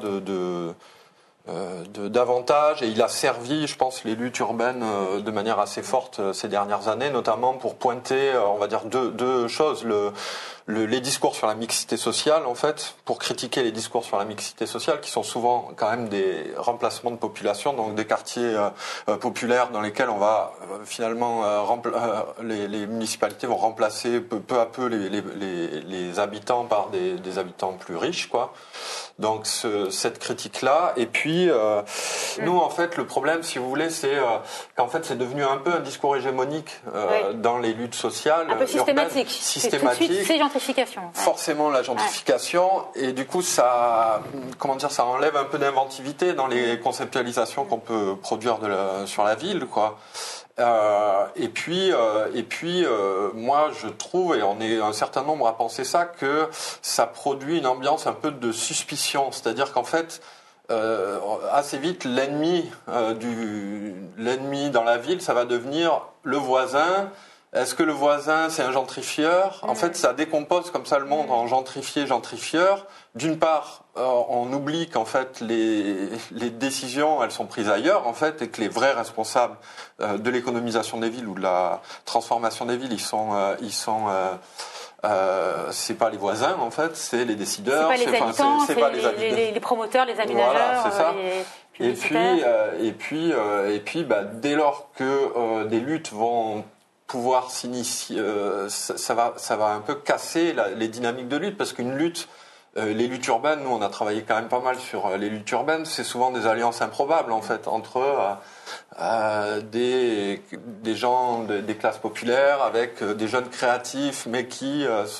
d'avantages, et il a servi, je pense, les luttes urbaines de manière assez forte ces dernières années, notamment pour pointer, on va dire, deux choses. Les discours sur la mixité sociale, en fait, pour critiquer les discours sur la mixité sociale, qui sont souvent quand même des remplacements de population, donc des quartiers populaires dans lesquels on va finalement les municipalités vont remplacer peu à peu les habitants par des habitants plus riches, quoi. Donc cette critique-là, et puis nous, en fait, le problème, si vous voulez, c'est qu'en fait, c'est devenu un peu un discours hégémonique dans les luttes sociales, un peu systématique. C'est gentrification. Forcément, la gentrification, et du coup, ça enlève un peu d'inventivité dans les conceptualisations qu'on peut produire sur la ville, quoi. Et puis, moi, je trouve, et on est un certain nombre à penser ça, que ça produit une ambiance un peu de suspicion. C'est-à-dire qu'en fait, assez vite, l'ennemi dans la ville, ça va devenir le voisin. Est-ce que le voisin, c'est un gentrifieur ? En fait, ça décompose comme ça le monde en gentrifié, gentrifieur. D'une part, on oublie qu'en fait, les décisions, elles sont prises ailleurs, en fait, et que les vrais responsables de l'économisation des villes ou de la transformation des villes, c'est pas les voisins, en fait, c'est les décideurs. C'est pas les habitants, c'est les promoteurs, les aménageurs. Voilà, c'est ça. Et puis, dès lors que des luttes vont pouvoir s'initier, ça va un peu casser les dynamiques de lutte, parce qu'une lutte, les luttes urbaines, nous on a travaillé quand même pas mal sur les luttes urbaines, c'est souvent des alliances improbables en fait entre des gens des classes populaires avec des jeunes créatifs mais qui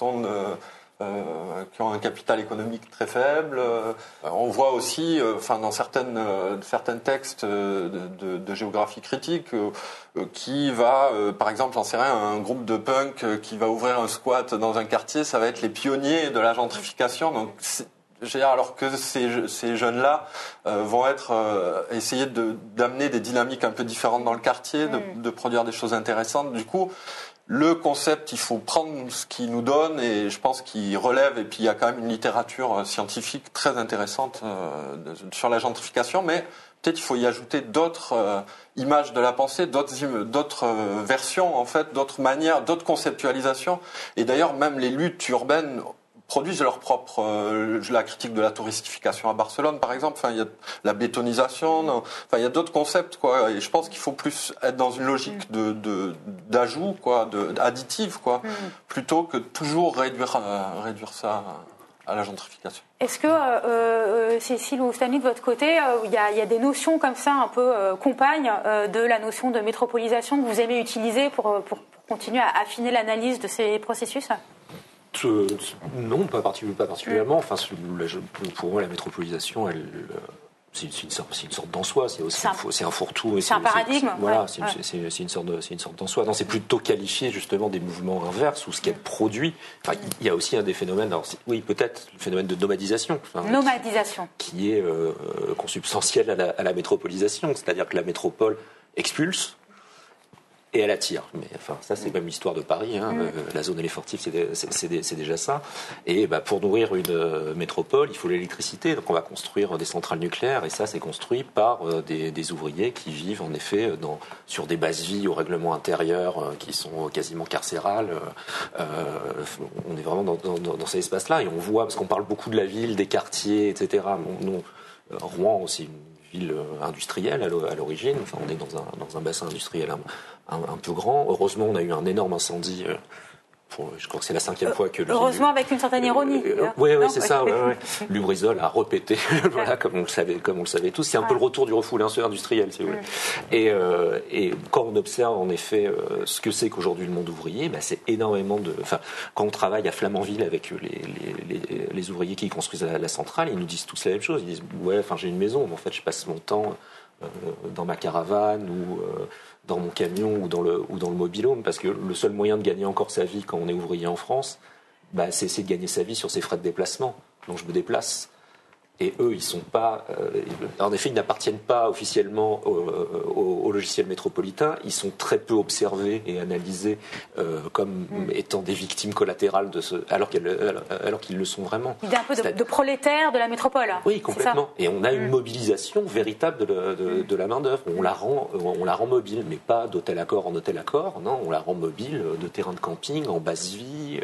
ont un capital économique très faible. On voit aussi, dans certains textes de géographie critique, qui va, par exemple, j'en sais rien, un groupe de punk qui va ouvrir un squat dans un quartier, ça va être les pionniers de la gentrification. Donc, alors que ces jeunes-là vont essayer d'amener des dynamiques un peu différentes dans le quartier, de produire des choses intéressantes. Du coup, le concept, il faut prendre ce qu'il nous donne, et je pense qu'il relève, et puis il y a quand même une littérature scientifique très intéressante sur la gentrification, mais peut-être il faut y ajouter d'autres images de la pensée, d'autres versions, en fait, d'autres manières, d'autres conceptualisations. Et d'ailleurs, même les luttes urbaines produisent leur propre la critique de la touristification à Barcelone par exemple, il y a la bétonisation, il y a d'autres concepts quoi, et je pense qu'il faut plus être dans une logique d'ajout quoi, additive quoi, plutôt que toujours réduire ça à la gentrification. Est-ce que, Cécile ou Stanley, de votre côté, il y a des notions comme ça un peu compagnes de la notion de métropolisation que vous aimez utiliser pour continuer à affiner l'analyse de ces processus ? Non, pas particulièrement. Enfin, pour moi, la métropolisation, c'est une sorte d'en soi. C'est un fourre-tout. C'est un paradigme. Voilà, c'est une sorte d'en soi. Non, c'est plutôt qualifié justement des mouvements inverses ou ce qu'elle produit. Enfin, il y a aussi un des phénomènes. Alors, oui, peut-être le phénomène de nomadisation. Qui est consubstantiel à la métropolisation, c'est-à-dire que la métropole expulse. Et elle attire. Mais enfin, ça, c'est même l'histoire de Paris. La zone éléphantine, c'est déjà ça. Et pour nourrir une métropole, il faut l'électricité. Donc, on va construire des centrales nucléaires. Et ça, c'est construit par des ouvriers qui vivent, en effet, sur des bases-vie au règlement intérieur qui sont quasiment carcérales. On est vraiment dans ces espaces-là. Et on voit, parce qu'on parle beaucoup de la ville, des quartiers, etc. Rouen, c'est une ville industrielle à l'origine. Enfin, on est dans un bassin industriel un peu grand. Heureusement, on a eu un énorme incendie. Je crois que c'est la 5e fois que... Heureusement, avec une certaine ironie. Oui, c'est ça. Ouais. Lubrizol a répété, voilà, comme on le savait tous. C'est un peu le retour du refoulé industriel, si vous voulez. Et quand on observe, en effet, ce que c'est qu'aujourd'hui le monde ouvrier, c'est énormément de... Enfin, quand on travaille à Flamanville avec les ouvriers qui construisent la centrale, ils nous disent tous la même chose. Ils disent, j'ai une maison, mais en fait, je passe mon temps dans ma caravane ou... dans mon camion ou dans le mobil-home, parce que le seul moyen de gagner encore sa vie quand on est ouvrier en France, c'est de gagner sa vie sur ses frais de déplacement. Donc je me déplace. Et eux, ils sont pas... en effet, ils n'appartiennent pas officiellement au logiciel métropolitain. Ils sont très peu observés et analysés comme étant des victimes collatérales alors qu'ils le sont vraiment. Il y a un peu de prolétaires de la métropole. Oui, complètement. Et on a une mobilisation véritable de la main-d'œuvre. On la rend mobile, mais pas d'hôtel accord en hôtel accord. Non, on la rend mobile de terrain de camping, en basse-vie,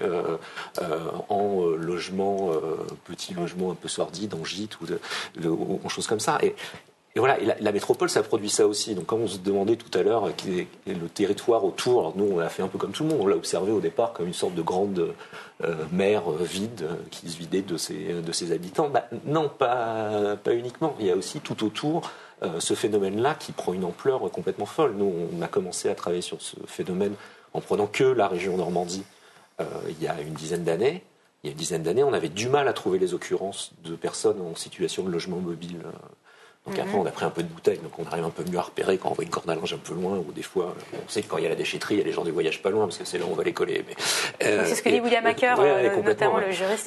en logement, petit logement un peu sordide, en gîte ou choses comme ça. Et voilà, et la métropole, ça produit ça aussi. Donc, quand on se demandait tout à l'heure quel est le territoire autour, alors nous, on l'a fait un peu comme tout le monde. On l'a observé au départ comme une sorte de grande mer vide qui se vidait de ses habitants. Non, pas uniquement. Il y a aussi tout autour ce phénomène-là qui prend une ampleur complètement folle. Nous, on a commencé à travailler sur ce phénomène en prenant que la région Normandie il y a une dizaine d'années. Il y a une dizaine d'années, on avait du mal à trouver les occurrences de personnes en situation de logement mobile. Donc après, on a pris un peu de bouteille, donc on arrive un peu mieux à repérer quand on voit une corde à linge un peu loin, ou des fois, on sait que quand il y a la déchetterie, il y a les gens du voyage pas loin, parce que c'est là où on va les coller. C'est ce que dit William Hacker, notamment le juriste.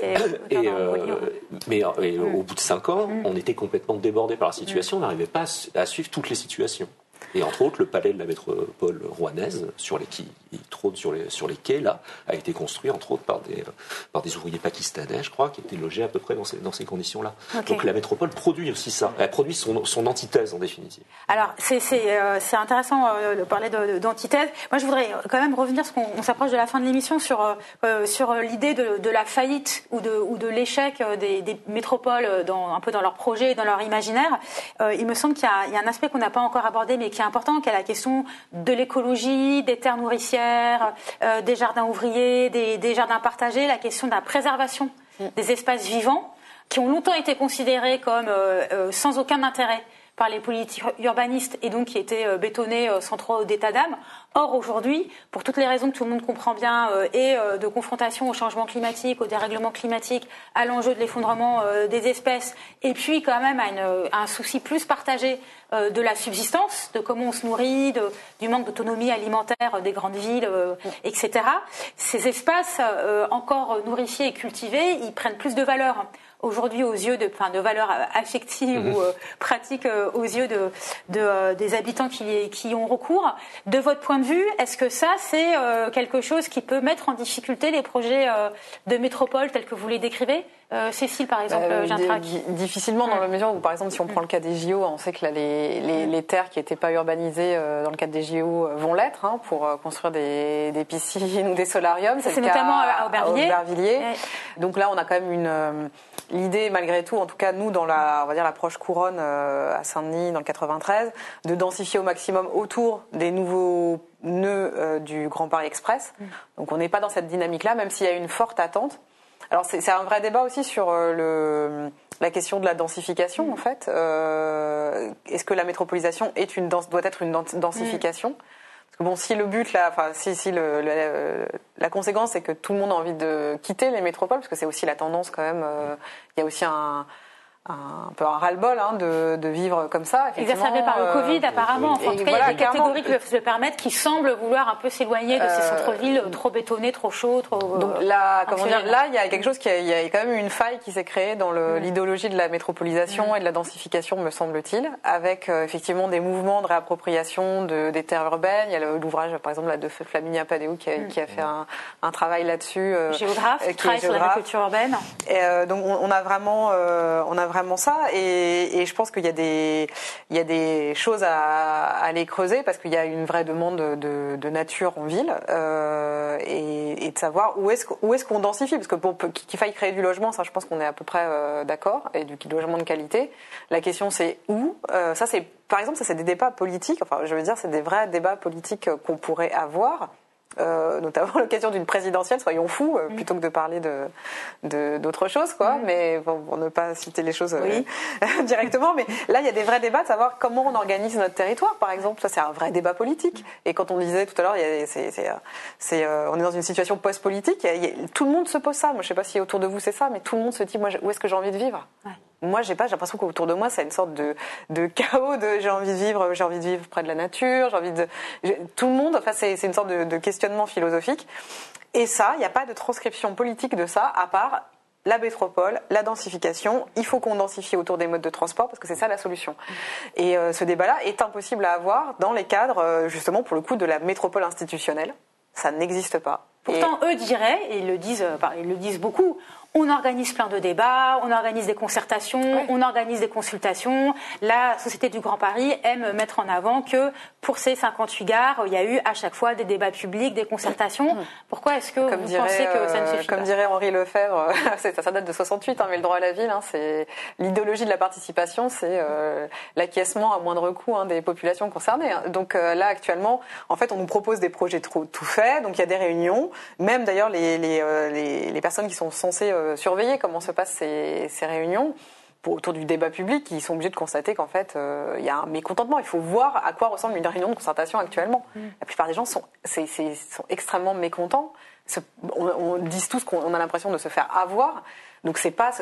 Mais au bout de 5 ans, on était complètement débordé par la situation, on n'arrivait pas à suivre toutes les situations. Et entre autres, le palais de la métropole rouennaise, qui trône sur les quais, là, a été construit entre autres par des ouvriers pakistanais, je crois, qui étaient logés à peu près dans ces conditions-là. Okay. Donc la métropole produit aussi ça. Elle produit son antithèse, en définitive. Alors, c'est intéressant de parler d'antithèse. Moi, je voudrais quand même revenir, parce qu'on s'approche de la fin de l'émission, sur l'idée de la faillite ou de l'échec des métropoles un peu dans leur projet et dans leur imaginaire. Il me semble qu'il y a un aspect qu'on n'a pas encore abordé, mais qui est important, qui est la question de l'écologie, des terres nourricières, des jardins ouvriers, des jardins partagés, la question de la préservation des espaces vivants, qui ont longtemps été considérés comme sans aucun intérêt par les politiques urbanistes et donc qui étaient bétonnés sans trop d'état d'âme. Or, aujourd'hui, pour toutes les raisons que tout le monde comprend bien, et de confrontation au changement climatique, au dérèglement climatique, à l'enjeu de l'effondrement des espèces, et puis quand même à un souci plus partagé de la subsistance, de comment on se nourrit, du manque d'autonomie alimentaire des grandes villes, etc. Ces espaces encore nourriciés et cultivés, ils prennent plus de valeur aujourd'hui aux yeux de valeurs affectives ou pratiques aux yeux des habitants qui y ont recours. De votre point de vue, est-ce que ça, c'est quelque chose qui peut mettre en difficulté les projets de métropole tels que vous les décrivez ? Cécile, par exemple, Gintrac. Difficilement, dans la mesure où, par exemple, si on prend le cas des JO, on sait que là, les terres qui n'étaient pas urbanisées dans le cadre des JO vont l'être, pour construire des piscines ou des solariums. C'est notamment à Aubervilliers. Ouais. Donc là, on a quand même l'idée, malgré tout, en tout cas nous, dans l'approche couronne à Saint-Denis, dans le 93, de densifier au maximum autour des nouveaux nœuds du Grand Paris Express. Donc on n'est pas dans cette dynamique-là, même s'il y a une forte attente. Alors c'est un vrai débat aussi sur la question de la densification, en fait. Est-ce que la métropolisation doit être une densification ? Parce que bon, si le but là, la conséquence, c'est que tout le monde a envie de quitter les métropoles, parce que c'est aussi la tendance quand même. Il y a aussi un peu un ras-le-bol de vivre comme ça. Exacerbé par le Covid, apparemment. Enfin, en tout cas, il y a des catégories qui le permettent, qui semblent vouloir un peu s'éloigner de ces centres-villes trop bétonnés, trop chauds, trop. Donc là, il y a quelque chose il y a quand même une faille qui s'est créée dans l'idéologie de la métropolisation et de la densification, me semble-t-il, avec effectivement des mouvements de réappropriation des terres urbaines. Il y a l'ouvrage, par exemple, de Flaminia Padéou qui a fait un travail là-dessus. Géographe, qui travaille sur l'agriculture urbaine. Et donc on a vraiment ça, et je pense qu'il y a des choses à aller creuser, parce qu'il y a une vraie demande de nature en ville, et de savoir où est-ce qu'on densifie, parce que qu'il faille créer du logement, ça je pense qu'on est à peu près d'accord, et du logement de qualité. La question c'est où. Ça c'est, par exemple, ça c'est des débats politiques, enfin je veux dire c'est des vrais débats politiques qu'on pourrait avoir. Notamment l'occasion d'une présidentielle, soyons fous, plutôt que de parler d'autre chose, quoi. Mais bon, pour ne pas citer les choses directement, mais là il y a des vrais débats de savoir comment on organise notre territoire, par exemple. Ça c'est un vrai débat politique. Et quand on disait tout à l'heure, on est dans une situation post-politique, tout le monde se pose ça. Moi je sais pas si autour de vous c'est ça, mais tout le monde se dit où est-ce que j'ai envie de vivre. Ouais. Moi, j'ai l'impression qu'autour de moi, c'est une sorte de chaos. J'ai envie de vivre près de la nature. Tout le monde. Enfin, c'est une sorte de questionnement philosophique. Et ça, il n'y a pas de transcription politique de ça, à part la métropole, la densification. Il faut qu'on densifie autour des modes de transport, parce que c'est ça la solution. Et ce débat-là est impossible à avoir dans les cadres, justement, pour le coup, de la métropole institutionnelle. Ça n'existe pas. Pourtant, eux diraient, et ils le disent beaucoup, on organise plein de débats, on organise des concertations, on organise des consultations. La Société du Grand Paris aime mettre en avant que pour ces 58 gares, il y a eu à chaque fois des débats publics, des concertations. Pourquoi est-ce que vous pensez que ça ne suffit pas ? Comme dirait Henri Lefebvre, ça date de 68, mais le droit à la ville, c'est l'idéologie de la participation, c'est l'acquiescement à moindre coût des populations concernées. Donc là, actuellement, en fait, on nous propose des projets tout faits, donc il y a des réunions, même d'ailleurs les personnes qui sont censées surveiller comment se passent ces réunions autour du débat public, ils sont obligés de constater qu'en fait il y a un mécontentement. Il faut voir à quoi ressemble une réunion de concertation actuellement. La plupart des gens sont extrêmement mécontents. On dit tous qu'on a l'impression de se faire avoir. Donc c'est pas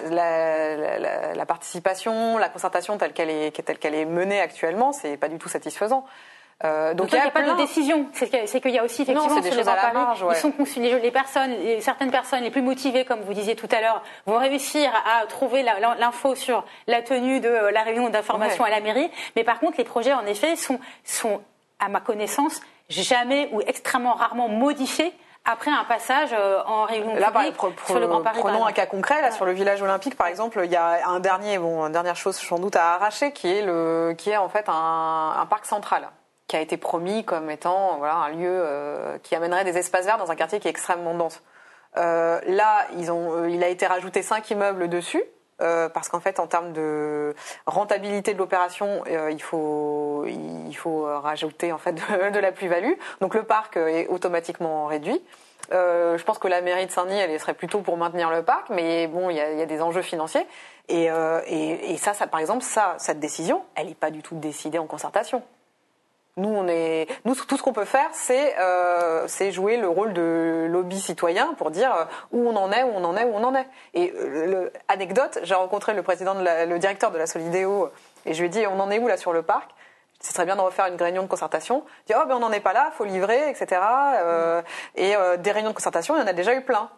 la participation, la concertation telle qu'elle est menée actuellement, c'est pas du tout satisfaisant. Donc il n'y a pas de décision. C'est qu'il y a aussi effectivement sur le Grand Paris, ils sont certaines personnes les plus motivées, comme vous disiez tout à l'heure, vont réussir à trouver l'info sur la tenue de la réunion d'information à la mairie. Mais par contre, les projets en effet sont à ma connaissance jamais ou extrêmement rarement modifiés après un passage en réunion publique sur le Grand Paris. Prenons un cas concret, là, sur le village olympique, par exemple, il y a une dernière chose sans doute à arracher, qui est en fait un parc central, qui a été promis comme étant un lieu qui amènerait des espaces verts dans un quartier qui est extrêmement dense. Là, il a été rajouté 5 immeubles dessus, parce qu'en fait, en termes de rentabilité de l'opération, il faut rajouter en fait de la plus-value. Donc le parc est automatiquement réduit. Je pense que la mairie de Saint-Denis, elle serait plutôt pour maintenir le parc, mais bon, il y a des enjeux financiers. Et ça, par exemple, cette décision, elle n'est pas du tout décidée en concertation. Nous, tout ce qu'on peut faire, c'est jouer le rôle de lobby citoyen pour dire où on en est. Et anecdote, j'ai rencontré le directeur de la Solidéo, et je lui ai dit, on en est où là sur le parc ? Ce serait bien de refaire une réunion de concertation. Il dit, on n'en est pas là, faut livrer, etc. Et des réunions de concertation, il y en a déjà eu plein.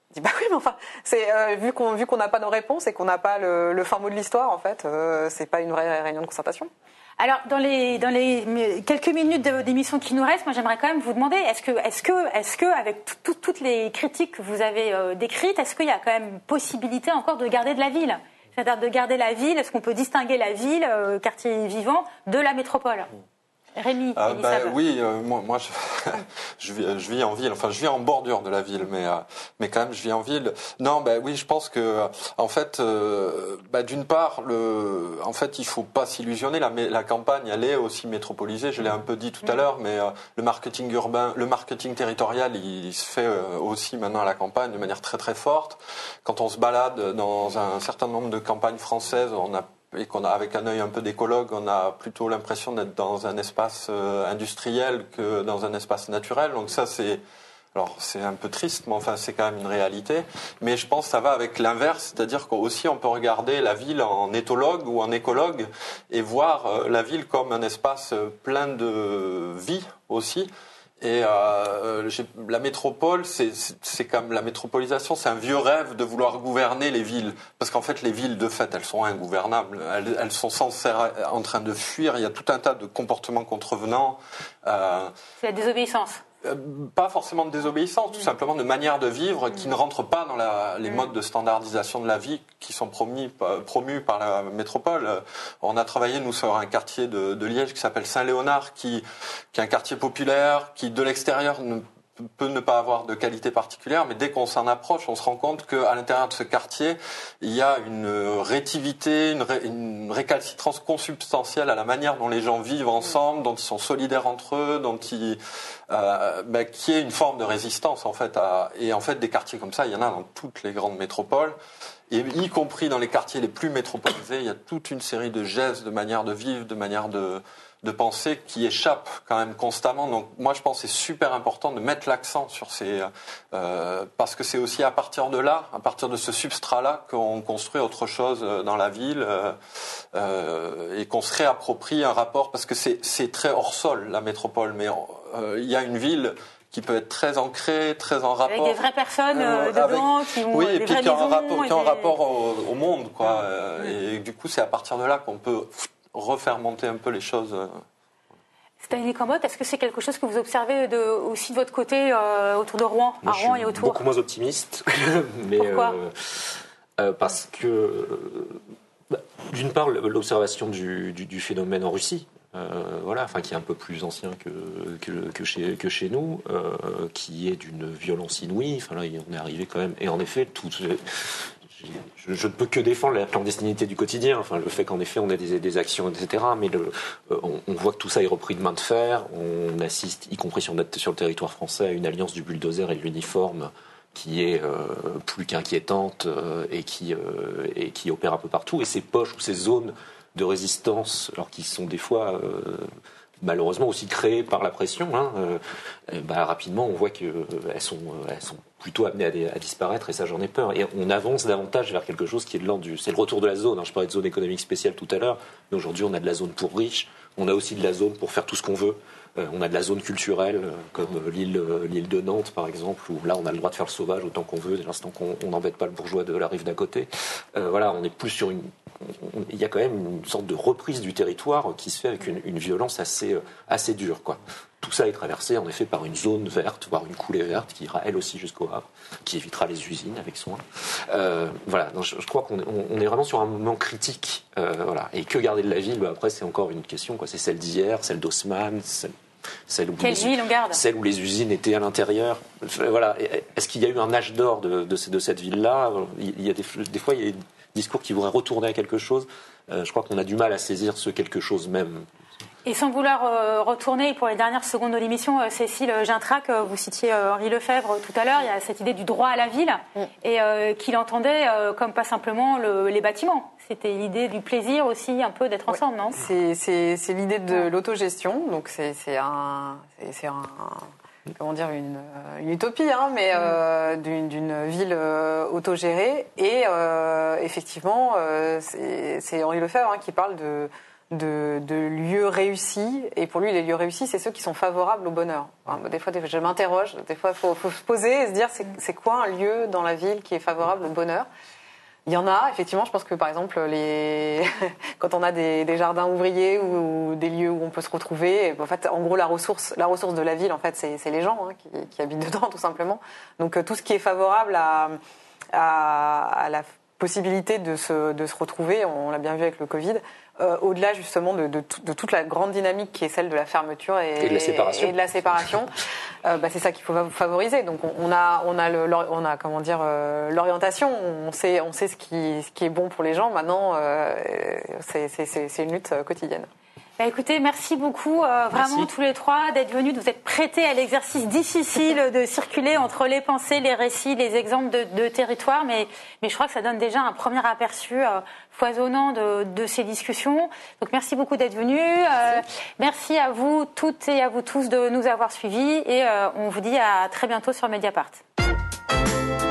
Je dis bah oui, mais enfin, c'est vu qu'on n'a pas nos réponses et qu'on n'a pas le fin mot de l'histoire, en fait, c'est pas une vraie réunion de concertation. Alors, dans les quelques minutes d'émission qui nous restent, moi, j'aimerais quand même vous demander, est-ce que, avec toutes les critiques que vous avez décrites, est-ce qu'il y a quand même possibilité encore de garder de la ville ? C'est-à-dire de garder la ville, est-ce qu'on peut distinguer la ville, quartier vivant, de la métropole ? Rémi, oui, moi je vis en ville. Enfin, je vis en bordure de la ville, mais quand même, je vis en ville. Non, oui, je pense que en fait, d'une part, en fait, il faut pas s'illusionner. La campagne, elle est aussi métropolisée. Je l'ai un peu dit tout à l'heure, mais le marketing urbain, le marketing territorial, il se fait aussi maintenant à la campagne de manière très très forte. Quand on se balade dans un certain nombre de campagnes françaises, avec un œil un peu d'écologue, on a plutôt l'impression d'être dans un espace industriel que dans un espace naturel. Donc ça, c'est un peu triste, mais enfin, c'est quand même une réalité. Mais je pense que ça va avec l'inverse, c'est-à-dire qu'aussi on peut regarder la ville en éthologue ou en écologue et voir la ville comme un espace plein de vie aussi. Et la métropole, c'est comme la métropolisation, c'est un vieux rêve de vouloir gouverner les villes, parce qu'en fait les villes de fait elles sont ingouvernables, elles sont sans cesse en train de fuir. Il y a tout un tas de comportements contrevenants. C'est la désobéissance. Pas forcément de désobéissance, tout simplement de manière de vivre qui ne rentrent pas dans les modes de standardisation de la vie qui sont promus par la métropole. On a travaillé, nous, sur un quartier de Liège qui s'appelle Saint-Léonard, qui est un quartier populaire, qui de l'extérieur peut ne pas avoir de qualité particulière, mais dès qu'on s'en approche, on se rend compte qu'à l'intérieur de ce quartier, il y a une rétivité, une récalcitrance consubstantielle à la manière dont les gens vivent ensemble, dont ils sont solidaires entre eux, qui est une forme de résistance en fait. Et en fait, des quartiers comme ça, il y en a dans toutes les grandes métropoles. Et y compris dans les quartiers les plus métropolisés, il y a toute une série de gestes, de manières de vivre, de manières de penser qui échappent quand même constamment. Donc moi je pense que c'est super important de mettre l'accent sur parce que c'est aussi à partir de là, à partir de ce substrat-là qu'on construit autre chose dans la ville et qu'on se réapproprie un rapport, parce que c'est très hors sol la métropole, mais il y a une ville qui peut être très ancrée, très en rapport. Avec des vraies personnes dedans, qui ont et puis qui ont un rapport au monde, quoi. Et du coup, c'est à partir de là qu'on peut refaire monter un peu les choses. Stanley Cambot, est-ce que c'est quelque chose que vous observez aussi de votre côté autour de Rouen, Moi, à Rouen et autour ? Beaucoup moins optimiste. Mais, pourquoi parce que, d'une part, l'observation du phénomène en Russie, qui est un peu plus ancien que chez nous, qui est d'une violence inouïe. Enfin là, on est arrivé quand même. Et en effet, je ne peux que défendre la clandestinité du quotidien. Enfin, le fait qu'en effet on ait des actions, etc. Mais on voit que tout ça est repris de main de fer. On assiste, y compris sur le territoire français, à une alliance du bulldozer et de l'uniforme qui est plus qu'inquiétante et qui opère un peu partout. Et ces poches ou ces zones de résistance, alors qui sont des fois malheureusement aussi créées par la pression, rapidement on voit qu'elles sont plutôt amenées à disparaître, et ça j'en ai peur. Et on avance davantage vers quelque chose qui est de l'ordre c'est le retour de la zone. Je parlais de zone économique spéciale tout à l'heure, mais aujourd'hui on a de la zone pour riches, on a aussi de la zone pour faire tout ce qu'on veut. On a de la zone culturelle, comme l'île de Nantes, par exemple, où là, on a le droit de faire le sauvage autant qu'on veut, dès l'instant qu'on n'embête pas le bourgeois de la rive d'à côté. On est plus sur il y a quand même une sorte de reprise du territoire qui se fait avec une violence assez dure, quoi. Tout ça est traversé, en effet, par une zone verte, voire une coulée verte, qui ira, elle aussi, jusqu'au Havre, qui évitera les usines avec soin. Donc je crois qu'on est vraiment sur un moment critique. Et que garder de la ville, après, c'est encore une question, quoi. C'est celle d'hier, celle d'Haussmann, celle où les usines étaient à l'intérieur. Est-ce qu'il y a eu un âge d'or de cette ville-là ? Il y a des fois, il y a des discours qui voudraient retourner à quelque chose. Je crois qu'on a du mal à saisir ce quelque chose même. Et sans vouloir retourner pour les dernières secondes de l'émission, Cécile Gintrac, vous citiez Henri Lefebvre tout à l'heure, il y a cette idée du droit à la ville, et qu'il entendait comme pas simplement les bâtiments. C'était l'idée du plaisir aussi, un peu d'être ensemble, non ? C'est l'idée de l'autogestion, donc c'est comment dire, une utopie, mais d'une ville autogérée. Et effectivement, c'est Henri Lefebvre qui parle de lieux réussis. Et pour lui, les lieux réussis, c'est ceux qui sont favorables au bonheur. Des fois, je m'interroge. Des fois, il faut se poser et se dire, c'est quoi un lieu dans la ville qui est favorable au bonheur ? Il y en a, effectivement. Je pense que, par exemple, quand on a des jardins ouvriers ou des lieux où on peut se retrouver, en fait, en gros, la ressource de la ville, en fait, c'est les gens qui habitent dedans, tout simplement. Donc, tout ce qui est favorable à la possibilité de se retrouver, on l'a bien vu avec le Covid, au-delà justement de toute la grande dynamique qui est celle de la fermeture et de la séparation, c'est ça qu'il faut favoriser. Donc on a l'orientation, on sait ce qui est bon pour les gens. Maintenant, c'est une lutte quotidienne. Écoutez, merci beaucoup vraiment tous les trois d'être venus, de vous être prêtés à l'exercice difficile de circuler entre les pensées, les récits, les exemples de territoire, mais je crois que ça donne déjà un premier aperçu foisonnant de ces discussions. Donc merci beaucoup d'être venus. Merci à vous toutes et à vous tous de nous avoir suivis et on vous dit à très bientôt sur Mediapart.